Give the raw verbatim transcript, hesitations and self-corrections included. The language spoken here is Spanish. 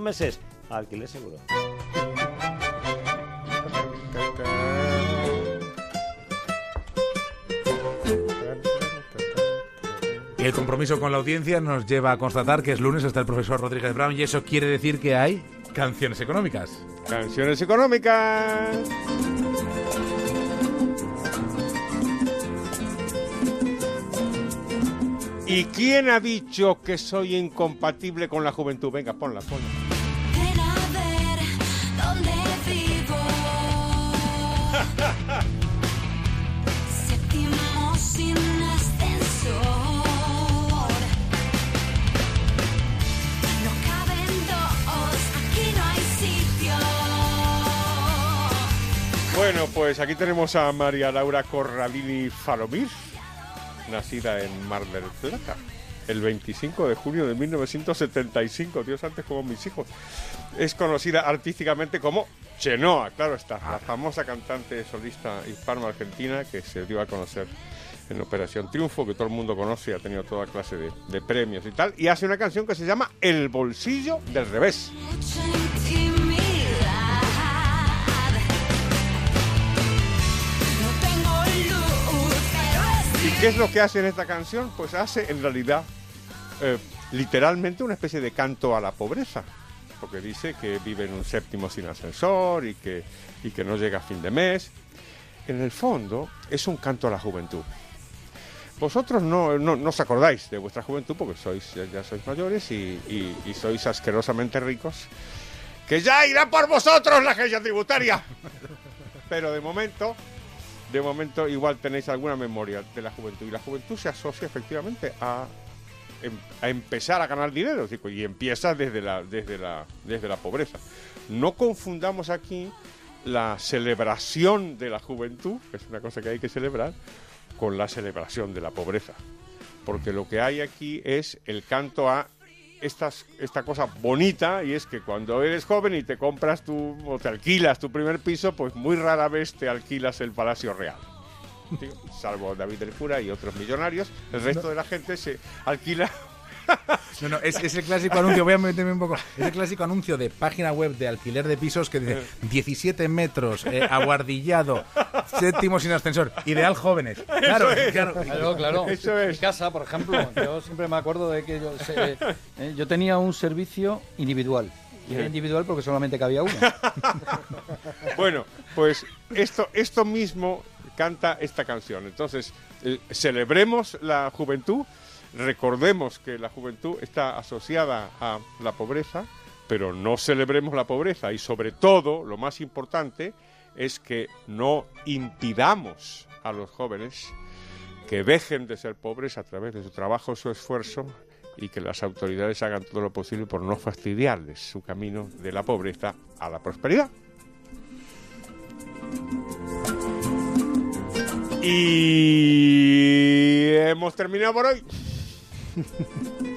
meses. Alquiler seguro. Y el compromiso con la audiencia nos lleva a constatar que es lunes, está el profesor Rodríguez Brown, y eso quiere decir que hay canciones económicas. Canciones económicas. ¿Y quién ha dicho que soy incompatible con la juventud? Venga, ponla, ponla. Ven a ver dónde vivo. Séptimo sin ascensor. No caben dos, aquí no hay sitio. Bueno, pues aquí tenemos a María Laura Corradini Falomir, nacida en Mar del Plata el veinticinco de junio de mil novecientos setenta y cinco, Dios antes como mis hijos. Es conocida artísticamente como Chenoa, claro está, la famosa cantante solista hispano-argentina que se dio a conocer en Operación Triunfo, que todo el mundo conoce y ha tenido toda clase de, de premios y tal, y hace una canción que se llama El bolsillo del revés. Mucha intimidad. No tengo luz, pero es ¿Y qué es lo que hace en esta canción? Pues hace en realidad eh, literalmente una especie de canto a la pobreza, porque dice que vive en un séptimo sin ascensor y que, y que no llega a fin de mes. En el fondo es un canto a la juventud. Vosotros no, no, no os acordáis de vuestra juventud porque sois ya, ya sois mayores y, y, y sois asquerosamente ricos, que ya irá por vosotros la agencia tributaria. Pero de momento, de momento igual tenéis alguna memoria de la juventud, y la juventud se asocia efectivamente a, a empezar a ganar dinero, y empieza desde la, desde la, desde la pobreza. No confundamos aquí la celebración de la juventud, que es una cosa que hay que celebrar, con la celebración de la pobreza, porque lo que hay aquí es el canto a estas, esta cosa bonita, y es que cuando eres joven y te compras tu, o te alquilas tu primer piso, pues muy rara vez te alquilas el Palacio Real, ¿sí? Salvo David del Cura y otros millonarios, el resto no. de la gente se alquila. No, no, es, es el clásico anuncio, voy a meterme un poco, es el clásico anuncio de página web de alquiler de pisos que dice diecisiete metros, eh, aguardillado, séptimo sin ascensor, ideal jóvenes. Claro, es. claro, claro, claro. Eso es. Mi casa, por ejemplo, yo siempre me acuerdo de que yo, se, eh, yo tenía un servicio individual. Y era individual porque solamente cabía uno. Bueno, pues esto, esto mismo canta esta canción. Entonces, eh, celebremos la juventud. Recordemos que la juventud está asociada a la pobreza, pero no celebremos la pobreza, y sobre todo, lo más importante, es que no impidamos a los jóvenes que dejen de ser pobres a través de su trabajo, su esfuerzo, y que las autoridades hagan todo lo posible por no fastidiarles su camino de la pobreza a la prosperidad. Y hemos terminado por hoy.